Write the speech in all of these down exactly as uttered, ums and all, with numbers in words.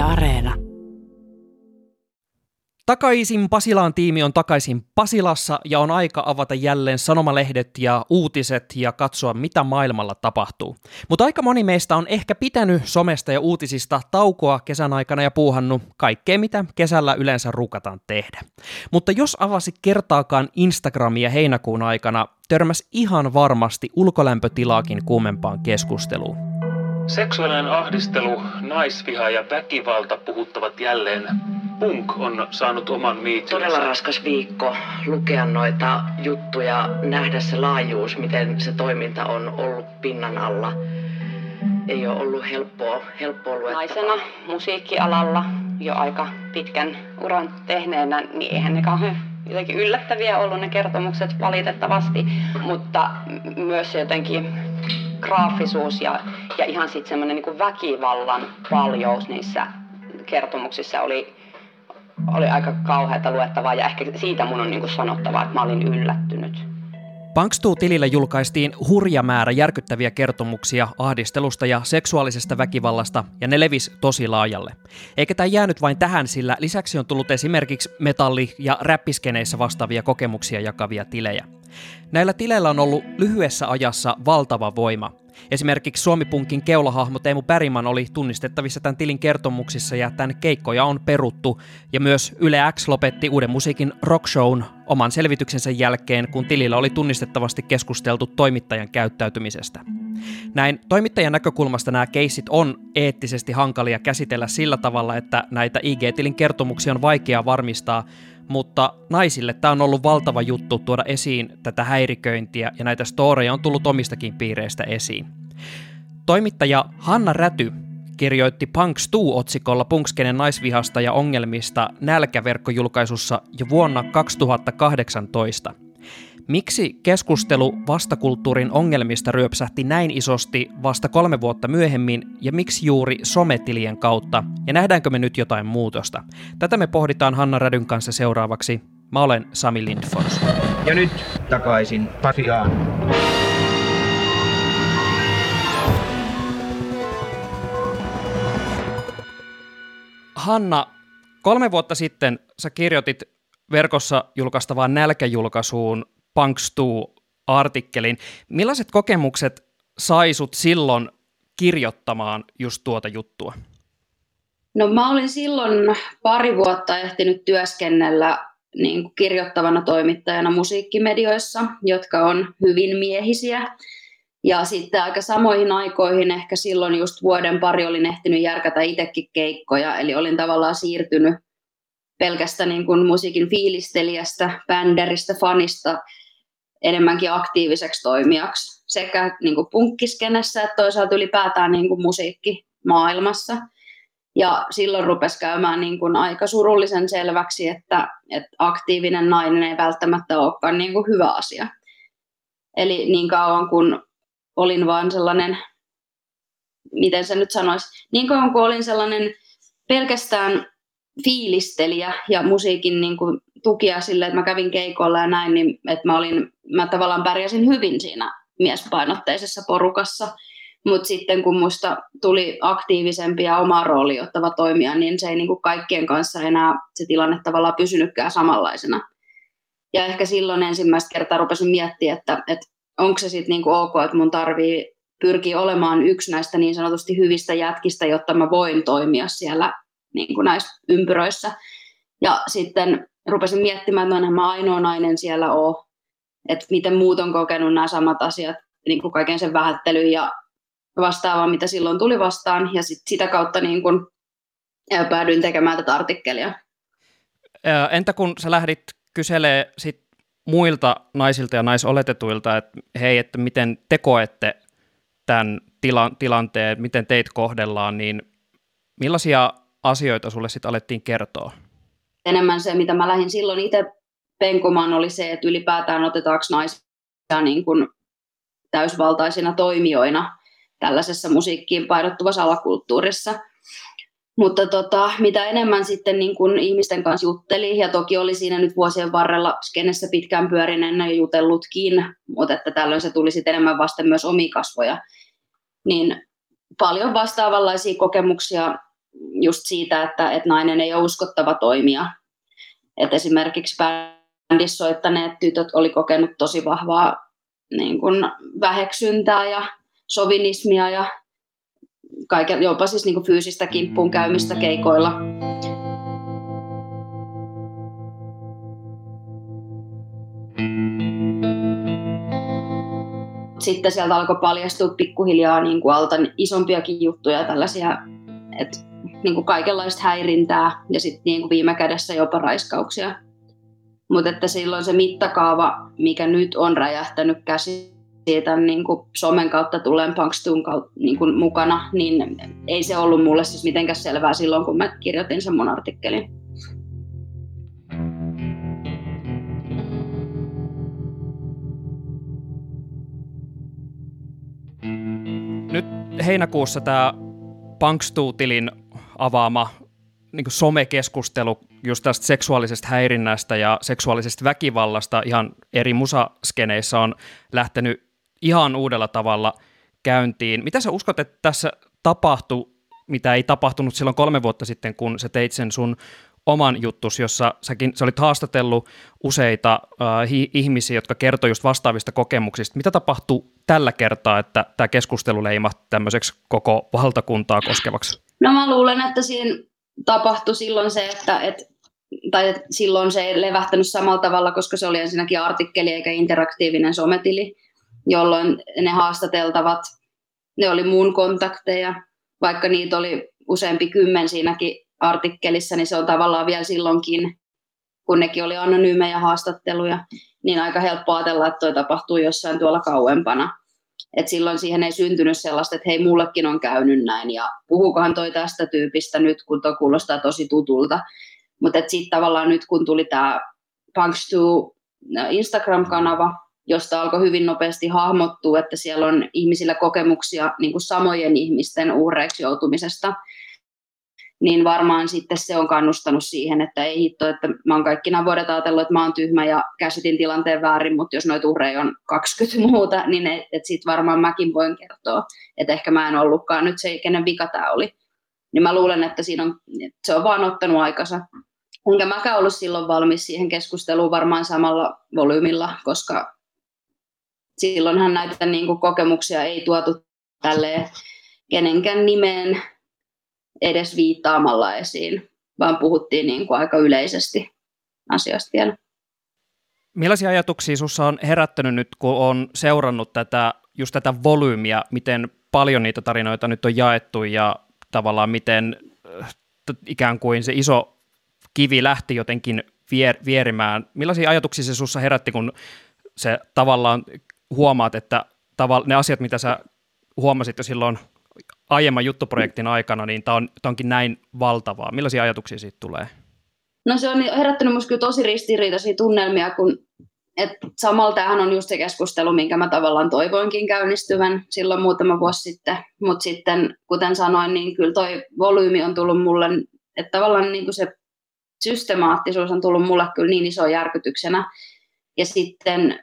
Areena. Takaisin Pasilaan tiimi on takaisin Pasilassa ja on aika avata jälleen sanomalehdet ja uutiset ja katsoa, mitä maailmalla tapahtuu. Mutta aika moni meistä on ehkä pitänyt somesta ja uutisista taukoa kesän aikana ja puuhannut kaikkea, mitä kesällä yleensä ruukataan tehdä. Mutta jos avasi kertaakaan Instagramia heinäkuun aikana, törmäsi ihan varmasti ulkolämpötilaakin kuumempaan keskusteluun. Seksuaalinen ahdistelu, naisviha ja väkivalta puhuttavat jälleen. Punk on saanut oman miitinsä. Todella raskas viikko lukea noita juttuja, nähdä se laajuus, miten se toiminta on ollut pinnan alla. Ei ole ollut helppoa, helppoa luettavaa. Naisena musiikkialalla jo aika pitkän uran tehneenä, niin eihän ne kauhean jotenkin yllättäviä ollut ne kertomukset valitettavasti, mutta myös se jotenkin graafisuus ja, ja ihan sitten semmoinen niin kuin väkivallan paljous niissä kertomuksissa oli, oli aika kauheata luettavaa ja ehkä siitä mun on niin kuin sanottavaa, että mä olin yllättynyt. Punkstuu-tilillä julkaistiin hurja määrä järkyttäviä kertomuksia ahdistelusta ja seksuaalisesta väkivallasta, ja ne levisi tosi laajalle. Eikä tämä jäänyt vain tähän, sillä lisäksi on tullut esimerkiksi metalli- ja räppiskeneissä vastaavia kokemuksia jakavia tilejä. Näillä tileillä on ollut lyhyessä ajassa valtava voima. Esimerkiksi Suomi-punkin keulahahmo Teemu Bergman oli tunnistettavissa tämän tilin kertomuksissa ja tämän keikkoja on peruttu. Ja myös Yle X lopetti Uuden musiikin rockshown oman selvityksensä jälkeen, kun tilillä oli tunnistettavasti keskusteltu toimittajan käyttäytymisestä. Näin toimittajan näkökulmasta nämä keissit on eettisesti hankalia käsitellä sillä tavalla, että näitä I G-tilin kertomuksia on vaikea varmistaa, mutta naisille tämä on ollut valtava juttu tuoda esiin tätä häiriköintiä ja näitä storeja on tullut omistakin piireistä esiin. Toimittaja Hanna Räty kirjoitti Punkstuu-otsikolla punkskenen naisvihasta ja ongelmista nälkäverkkojulkaisussa jo vuonna kaksituhattakahdeksantoista. Miksi keskustelu vastakulttuurin ongelmista ryöpsähti näin isosti vasta kolme vuotta myöhemmin ja miksi juuri sometilien kautta ja nähdäänkö me nyt jotain muutosta? Tätä me pohditaan Hanna Rädyn kanssa seuraavaksi. Mä olen Sami Lindfors. Ja nyt takaisin Pasilaan. Hanna, kolme vuotta sitten sä kirjoitit verkossa julkaistavaan nälkäjulkaisuun Punkstuu-artikkelin. Millaiset kokemukset sai sut silloin kirjoittamaan just tuota juttua? No mä olin silloin pari vuotta ehtinyt työskennellä niin kuin kirjoittavana toimittajana musiikkimedioissa, jotka on hyvin miehisiä. Ja sitten aika samoihin aikoihin, ehkä silloin just vuoden pari olin ehtinyt järkätä itsekin keikkoja, eli olin tavallaan siirtynyt pelkästä niin kuin musiikin fiilistelijästä, bändäristä, fanista enemmänkin aktiiviseksi toimijaksi sekä niin kuin punkkiskenessä että toisaalta ylipäätään niin kuin musiikkimaailmassa. Ja silloin rupesi käymään niin kuin aika surullisen selväksi, että, että aktiivinen nainen ei välttämättä olekaan niin kuin hyvä asia. Eli niin kauan kun olin vaan sellainen, miten se nyt sanoisi, niin kauan kun olin sellainen pelkästään fiilistelijä ja musiikin niin kuin tukija sille, että mä kävin keikoilla ja näin, niin että mä, olin, mä tavallaan pärjäsin hyvin siinä miespainotteisessa porukassa. Mutta sitten kun musta tuli aktiivisempi ja oma rooli ottava toimija, niin se ei niin kuin kaikkien kanssa enää se tilanne tavallaan pysynytkään samanlaisena. Ja ehkä silloin ensimmäistä kertaa rupesin miettimään, että, että onko se sitten niin kuin ok, että mun tarvii pyrkiä olemaan yksi näistä niin sanotusti hyvistä jätkistä, jotta mä voin toimia siellä niin kuin näissä ympyröissä. Ja sitten rupesin miettimään, että mä ainoa nainen siellä ole, että miten muut on kokenut nämä samat asiat, niin kuin kaiken sen vähättelyn ja vastaavaa, mitä silloin tuli vastaan. Ja sit sitä kautta niin kuin päädyin tekemään tätä artikkelia. Entä kun sä lähdit kyselemään sit muilta naisilta ja naisoletetuilta, että hei, että miten te koette tämän tila- tilanteen, miten teitä kohdellaan, niin millaisia asioita sulle sitten alettiin kertoa? Enemmän se, mitä mä lähdin silloin itse penkomaan, oli se, että ylipäätään otetaanko naisia niin kuin täysvaltaisina toimijoina tällaisessa musiikkiin painottuvassa alakulttuurissa. Mutta tota, mitä enemmän sitten niin kun ihmisten kanssa jutteli, ja toki oli siinä nyt vuosien varrella skenessä pitkään pyörineenä ja jutellutkin, mutta että tällöin se tuli sitten enemmän vasten myös omia kasvoja, niin paljon vastaavanlaisia kokemuksia just siitä, että, että nainen ei ole uskottava toimija. Et esimerkiksi bändissä soittaneet tytöt oli kokenut tosi vahvaa niin kuin väheksyntää ja sovinismia ja kaiken, jopa siis niin kuin fyysistä kimppuun käymistä keikoilla. Sitten sieltä alkoi paljastua pikkuhiljaa niin kuin alta isompiakin juttuja, tällaisia, että niin kuin kaikenlaista häirintää ja sitten niin kuin viime kädessä jopa raiskauksia. Mutta että silloin se mittakaava, mikä nyt on räjähtänyt käsiin siitä niin kuin somen kautta tulleen Punkstun kautta niin kuin mukana, niin ei se ollut mulle siis mitenkään selvää silloin, kun mä kirjoitin sen mun artikkelin. Nyt heinäkuussa tämä Punkstu-tilin avaama niin kuin somekeskustelu just tästä seksuaalisesta häirinnästä ja seksuaalisesta väkivallasta ihan eri musaskeneissä on lähtenyt ihan uudella tavalla käyntiin. Mitä sä uskot, että tässä tapahtui, mitä ei tapahtunut silloin kolme vuotta sitten, kun sä teit sen sun oman juttus, jossa säkin, sä olit haastatellut useita äh, hi- ihmisiä, jotka kertoi just vastaavista kokemuksista. Mitä tapahtui tällä kertaa, että tämä keskustelu leimahti tämmöiseksi koko valtakuntaa koskevaksi? No mä luulen, että siinä tapahtui silloin se, että, et, tai et silloin se ei levähtänyt samalla tavalla, koska se oli ensinnäkin artikkeli eikä interaktiivinen sometili, jolloin ne haastateltavat, ne oli mun kontakteja, vaikka niitä oli useampi kymmen siinäkin artikkelissa, niin se on tavallaan vielä silloinkin, kun nekin oli anonyymejä haastatteluja, niin aika helppo ajatella, että toi tapahtuu jossain tuolla kauempana. Et silloin siihen ei syntynyt sellaista, että hei, mullekin on käynyt näin, ja puhuukohan toi tästä tyypistä nyt, kun toi kuulostaa tosi tutulta. Mutta sitten tavallaan nyt, kun tuli tämä Punkstu Instagram-kanava, josta alkoi hyvin nopeasti hahmottua, että siellä on ihmisillä kokemuksia niin kuin samojen ihmisten uhreiksi joutumisesta, niin varmaan sitten se on kannustanut siihen, että ei hitto, että mä oon kaikki nämä vuodet ajatellut, että mä oon tyhmä ja käsitin tilanteen väärin, mutta jos noita uhreja on kaksikymmentä muuta, niin et, et sit varmaan mäkin voin kertoa, että ehkä mä en ollutkaan nyt se, kenen vika tää oli. Niin mä luulen, että siinä on, että se on vaan ottanut aikansa. Enkä mäkään ollut silloin valmis siihen keskusteluun varmaan samalla volyymilla, koska silloinhan näitä niin kuin kokemuksia ei tuotu tälleen kenenkään nimeen edes viittaamalla esiin, vaan puhuttiin niin kuin aika yleisesti asiasta vielä. Millaisia ajatuksia sinussa on herättänyt nyt, kun on seurannut tätä, just tätä volyymiä, miten paljon niitä tarinoita nyt on jaettu ja tavallaan miten t- ikään kuin se iso kivi lähti jotenkin vier- vierimään. Millaisia ajatuksia se sinussa herätti, kun se tavallaan huomaat, että taval- ne asiat, mitä sä huomasit jo silloin aiemman juttuprojektin aikana, niin tämä on, onkin näin valtavaa. Millaisia ajatuksia siitä tulee? No se on herättänyt minusta kyllä tosi ristiriitaisia tunnelmia, kun et samalla tämähän on just se keskustelu, minkä mä tavallaan toivoinkin käynnistyvän silloin muutama vuosi sitten. Mutta sitten, kuten sanoin, niin kyllä toi volyymi on tullut mulle, että tavallaan niin kuin se systemaattisuus on tullut mulle kyllä niin iso järkytyksenä. Ja sitten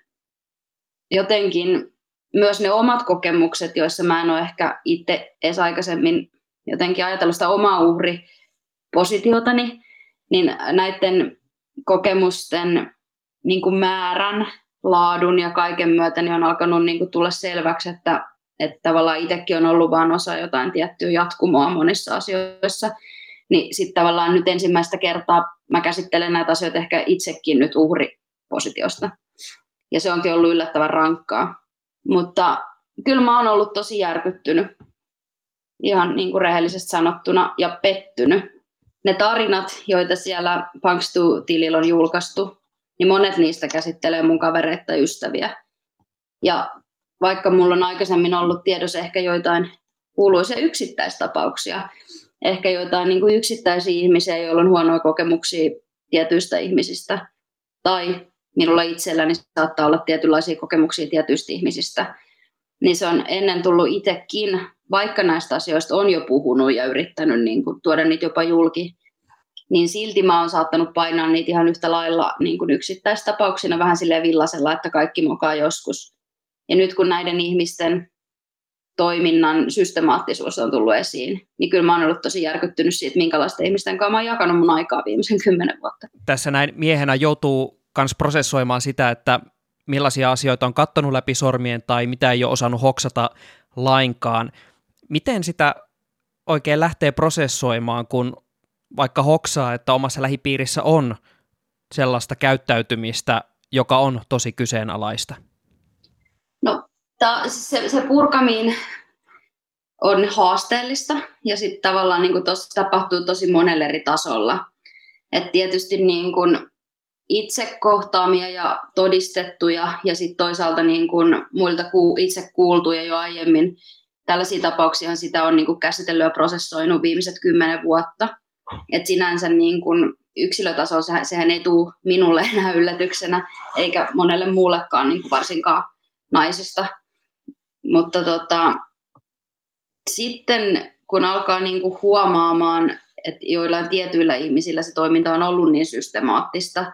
jotenkin myös ne omat kokemukset, joissa mä en ole ehkä itse edes aikaisemmin jotenkin ajatellut sitä omaa uhripositiotani, niin näiden kokemusten niin kuin määrän, laadun ja kaiken myötä niin on alkanut niin kuin tulla selväksi, että, että tavallaan itsekin on ollut vain osa jotain tiettyä jatkumoa monissa asioissa. Niin sitten tavallaan nyt ensimmäistä kertaa mä käsittelen näitä asioita ehkä itsekin nyt uhripositiosta. Ja se onkin ollut yllättävän rankkaa. Mutta kyllä mä oon ollut tosi järkyttynyt, ihan niin kuin rehellisesti sanottuna, ja pettynyt. Ne tarinat, joita siellä Punkstu-tilillä on julkaistu, niin monet niistä käsittelee mun kavereita ja ystäviä. Ja vaikka mulla on aikaisemmin ollut tiedossa ehkä joitain kuuluisia yksittäistapauksia, ehkä joitain niin kuin yksittäisiä ihmisiä, joilla on huonoja kokemuksia tietyistä ihmisistä, tai minulla itselläni saattaa olla tietynlaisia kokemuksia tietyistä ihmisistä, niin se on ennen tullut itsekin, vaikka näistä asioista on jo puhunut ja yrittänyt niin kuin tuoda niitä jopa julki, niin silti mä oon saattanut painaa niitä ihan yhtä lailla niin kuin yksittäistapauksina vähän silleen villasella, että kaikki mokaa joskus. Ja nyt kun näiden ihmisten toiminnan systemaattisuus on tullut esiin, niin kyllä mä oon ollut tosi järkyttynyt siitä, minkälaisten ihmisten kanssa mä oon jakanut mun aikaa viimeisen kymmenen vuotta. Tässä näin miehenä joutuu myös prosessoimaan sitä, että millaisia asioita on kattonut läpi sormien tai mitä ei ole osannut hoksata lainkaan. Miten sitä oikein lähtee prosessoimaan, kun vaikka hoksaa, että omassa lähipiirissä on sellaista käyttäytymistä, joka on tosi kyseenalaista? No, ta, se, se purkaminen on haasteellista ja sitten tavallaan niin kuin tos, tapahtuu tosi monella eri tasolla. Et tietysti niin kuin itse kohtaamia ja todistettuja ja sitten toisaalta niin kuin muilta ku, itse kuultuja jo aiemmin. Tällaisia tapauksia sitä on niin kuin käsitellyt ja prosessoinut viimeiset kymmenen vuotta. Et sinänsä niin kuin yksilötasolla sehän ei tule minulle enää yllätyksenä, eikä monelle muullekaan, niin kuin varsinkaan naisista. Mutta tota, sitten kun alkaa niin kuin huomaamaan, että joillain tietyillä ihmisillä se toiminta on ollut niin systemaattista,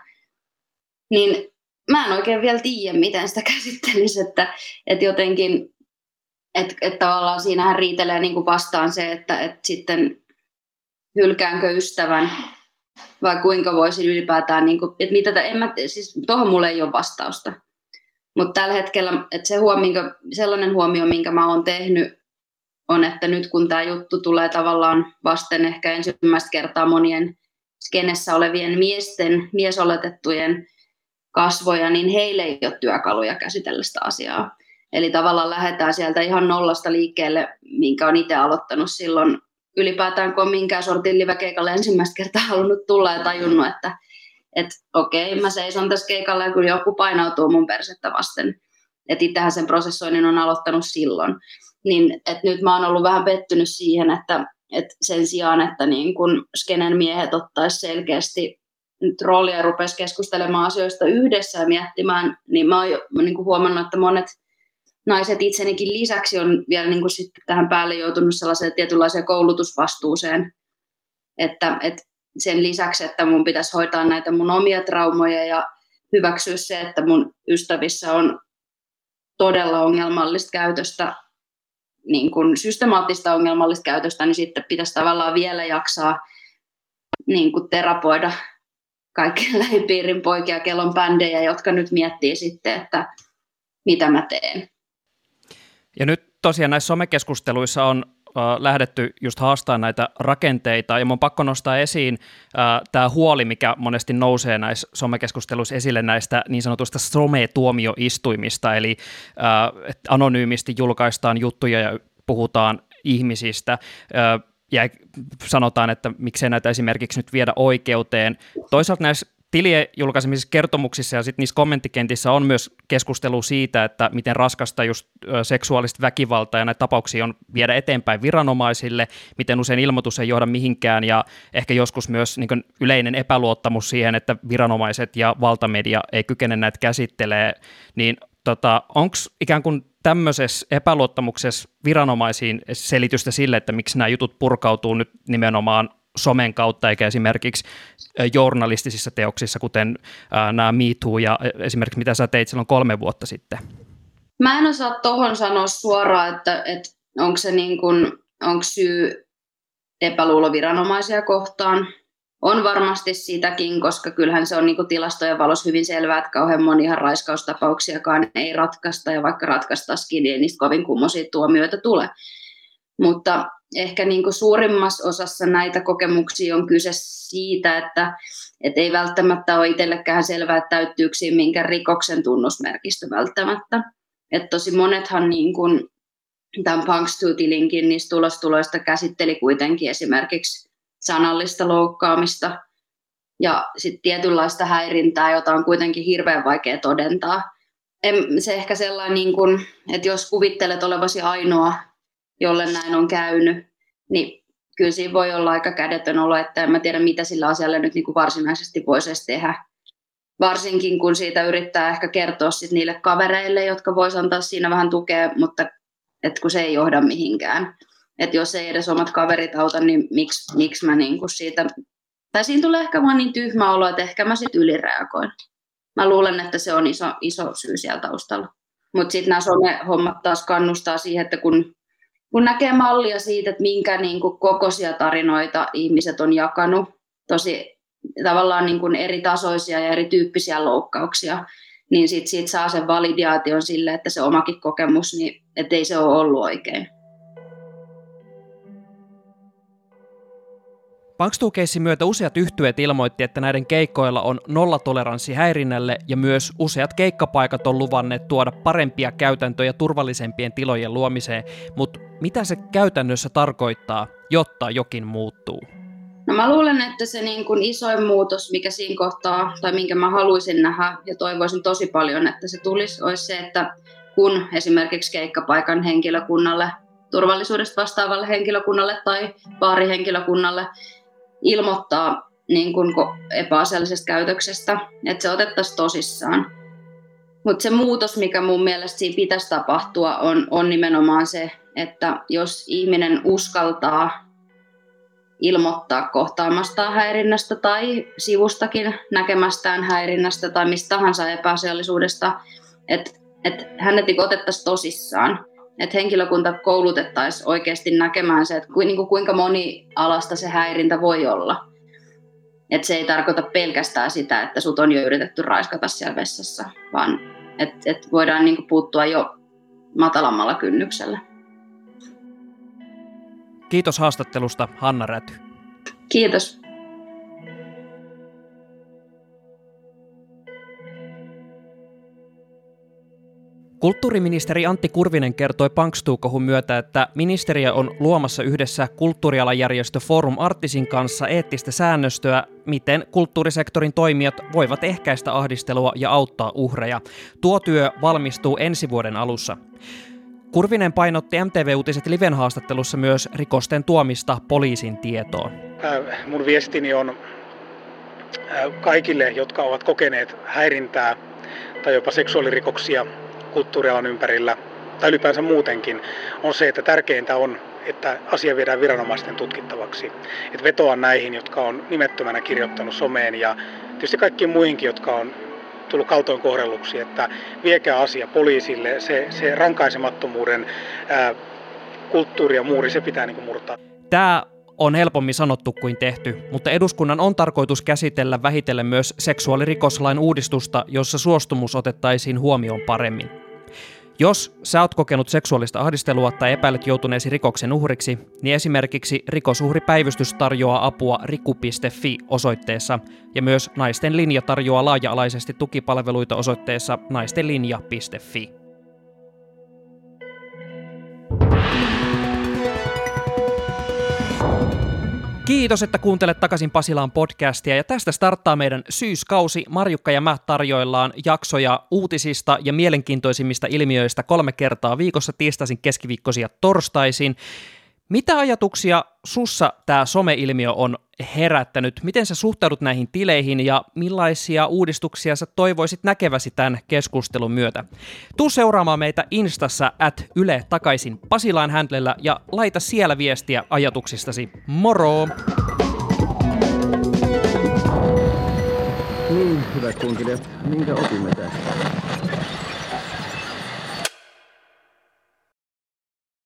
niin mä en oikein vielä tiedä, miten sitä käsittelisi, että, että jotenkin, että, että tavallaan siinähän riitelee niin kuin vastaan se, että, että sitten hylkäänkö ystävän, vai kuinka voisin ylipäätään, niin kuin, että mitä, en mä, siis tuohon mulle ei ole vastausta. Mutta tällä hetkellä, että se huomio, sellainen huomio, minkä mä oon tehnyt, on, että nyt kun tämä juttu tulee tavallaan vasten ehkä ensimmäistä kertaa monien skenessä olevien miesten, miesoletettujen kasvoja, niin heille ei ole työkaluja käsitellä sitä asiaa. Eli tavallaan lähdetään sieltä ihan nollasta liikkeelle, minkä on itse aloittanut silloin ylipäätään, kun on minkään sortin live-keikalle ensimmäistä kertaa halunnut tulla ja tajunnut, että että okei, mä seison tässä keikalla ja kyllä joku painautuu mun persettä vasten. Että itsehän sen prosessoinnin on aloittanut silloin. Niin, että nyt mä oon ollut vähän pettynyt siihen, että, että sen sijaan, että niin kun skenen miehet ottaisi selkeästi nyt roolia ja rupesi keskustelemaan asioista yhdessä ja miettimään, niin mä oon jo, niin kuin huomannut, että monet naiset itsenikin lisäksi on vielä niin kuin sitten tähän päälle joutunut sellaiseen tietynlaiseen koulutusvastuuseen, että, että sen lisäksi, että mun pitäisi hoitaa näitä mun omia traumoja ja hyväksyä se, että mun ystävissä on todella ongelmallista käytöstä, niin kuin systemaattista ongelmallista käytöstä, niin sitten pitäisi tavallaan vielä jaksaa niin kuin terapoida kaikkia lähipiirin poikia, kellon bändejä, jotka nyt miettii sitten, että mitä mä teen. Ja nyt tosiaan näissä somekeskusteluissa on lähdetty just haastamaan näitä rakenteita, ja mun on pakko nostaa esiin äh, tämä huoli, mikä monesti nousee näissä somekeskusteluissa esille näistä niin sanotuista some-tuomioistuimista, eli äh, että anonyymisti julkaistaan juttuja ja puhutaan ihmisistä, äh, ja sanotaan, että miksei näitä esimerkiksi nyt viedä oikeuteen. Toisaalta näissä tilien julkaisemisissa kertomuksissa ja sitten niissä kommenttikentissä on myös keskustelu siitä, että miten raskasta just seksuaalista väkivaltaa ja näitä tapauksia on viedä eteenpäin viranomaisille, miten usein ilmoitus ei johda mihinkään ja ehkä joskus myös niin kuin yleinen epäluottamus siihen, että viranomaiset ja valtamedia ei kykene näitä käsittelee, niin tota, onko ikään kuin tämmöisessä epäluottamuksessa viranomaisiin selitystä sille, että miksi nämä jutut purkautuu nyt nimenomaan somen kautta, eikä esimerkiksi journalistisissa teoksissa, kuten ää, nämä Me Too ja esimerkiksi mitä sä teit silloin kolme vuotta sitten? Mä en osaa tohon sanoa suoraan, että, että onko se niin kuin, onko syy epäluulo viranomaisia kohtaan. On varmasti sitäkin, koska kyllähän se on niin kuin tilastojen valossa hyvin selvää, että kauhean monihan raiskaustapauksiakaan ei ratkaista, ja vaikka ratkaistaisikin, niin ei niistä kovin kummoisia tuomioita tule. Mutta ehkä niin kuin suurimmassa osassa näitä kokemuksia on kyse siitä, että et ei välttämättä ole itsellekään selvää, että täyttyykö siinä minkä rikoksen tunnusmerkistö välttämättä. Et tosi monethan niin kuin tämän Punks-tilinkin niistä tulostuloista käsitteli kuitenkin esimerkiksi sanallista loukkaamista ja sitten tietynlaista häirintää, jota on kuitenkin hirveän vaikea todentaa. En, se ehkä sellainen, niin kuin, että jos kuvittelet olevasi ainoa, jolle näin on käynyt, niin kyllä siinä voi olla aika kädetön olo, että en mä tiedä, mitä sillä asialla nyt niin kuin varsinaisesti voisi edes tehdä. Varsinkin kun siitä yrittää ehkä kertoa sit niille kavereille, jotka vois antaa siinä vähän tukea, mutta et kun se ei johda mihinkään. Että jos ei edes omat kaverit auta, niin miksi, miksi mä niin kuin siitä... Tai siinä tulee ehkä vaan niin tyhmä olo, että ehkä mä sitten ylireagoin. Mä luulen, että se on iso, iso syy siellä taustalla. Mutta sitten nämä some-hommat taas kannustaa siihen, että kun kun näkee mallia siitä, että minkä niin kuin kokoisia tarinoita ihmiset on jakanut, tosi tavallaan niin kuin eri tasoisia ja erityyppisiä loukkauksia, niin sit siitä saa sen validaation sille, että se omakin kokemus, niin ettei se ole ollut oikein. Punkstoo-keissin myötä useat yhtyeet ilmoitti, että näiden keikkoilla on nollatoleranssi häirinnälle ja myös useat keikkapaikat on luvanneet tuoda parempia käytäntöjä turvallisempien tilojen luomiseen, mutta mitä se käytännössä tarkoittaa, jotta jokin muuttuu? No mä luulen, että se niin kuin isoin muutos, mikä siinä kohtaa, tai minkä mä haluaisin nähdä ja toivoisin tosi paljon, että se tulisi, olisi se, että kun esimerkiksi keikkapaikan henkilökunnalle, turvallisuudesta vastaavalle henkilökunnalle tai baarihenkilökunnalle ilmoittaa niin kuin epäasiallisesta käytöksestä, että se otettaisiin tosissaan. Mutta se muutos, mikä mun mielestä siinä pitäisi tapahtua, on, on nimenomaan se, että jos ihminen uskaltaa ilmoittaa kohtaamastaan häirinnästä tai sivustakin näkemästään häirinnästä tai mistä tahansa epäasiallisuudesta, että et hänet otettaisiin tosissaan. Että henkilökunta koulutettaisiin oikeasti näkemään se, että kuinka monialasta se häirintä voi olla. Että se ei tarkoita pelkästään sitä, että sut on jo yritetty raiskata siellä vessassa, vaan että et voidaan niinku puuttua jo matalammalla kynnyksellä. Kiitos haastattelusta, Hanna Räty. Kiitos. Kulttuuriministeri Antti Kurvinen kertoi Punkstoo-kohun myötä, että ministeriö on luomassa yhdessä kulttuurialajärjestö Forum Artisin kanssa eettistä säännöstöä, miten kulttuurisektorin toimijat voivat ehkäistä ahdistelua ja auttaa uhreja. Tuo työ valmistuu ensi vuoden alussa. Kurvinen painotti M T V-uutiset Liven haastattelussa myös rikosten tuomista poliisin tietoon. Äh, mun viestini on äh, kaikille, jotka ovat kokeneet häirintää tai jopa seksuaalirikoksia kulttuurialan ympärillä tai ylipäänsä muutenkin, on se, että tärkeintä on, että asia viedään viranomaisten tutkittavaksi. Et vetoan näihin, jotka on nimettömänä kirjoittanut someen ja tietysti kaikkiin muihinkin, jotka on tullut kaltoinkohdelluksi, että viekää asia poliisille, se, se rankaisemattomuuden ää, kulttuuri ja muuri, se pitää niin kuin murtaa. Tämä on helpommin sanottu kuin tehty, mutta eduskunnan on tarkoitus käsitellä vähitellen myös seksuaalirikoslain uudistusta, jossa suostumus otettaisiin huomioon paremmin. Jos sä oot kokenut seksuaalista ahdistelua tai epäilet joutuneesi rikoksen uhriksi, niin esimerkiksi Rikosuhripäivystys tarjoaa apua riku piste fi osoitteessa ja myös Naisten linja tarjoaa laaja-alaisesti tukipalveluita osoitteessa naistenlinja piste fi. Kiitos, että kuuntelet Takaisin Pasilaan podcastia ja tästä starttaa meidän syyskausi. Marjukka ja mä tarjoillaan jaksoja uutisista ja mielenkiintoisimmista ilmiöistä kolme kertaa viikossa tiistaisin, keskiviikkoisin ja torstaisin. Mitä ajatuksia sussa tämä some-ilmiö on herättänyt? Miten sä suhtaudut näihin tileihin ja millaisia uudistuksia sä toivoisit näkeväsi tämän keskustelun myötä? Tuu seuraamaan meitä Instassa at Yle Takaisin Pasilaan handlella ja laita siellä viestiä ajatuksistasi. Moro! Niin, hyvät kuuntelijat, minkä opimme tästä?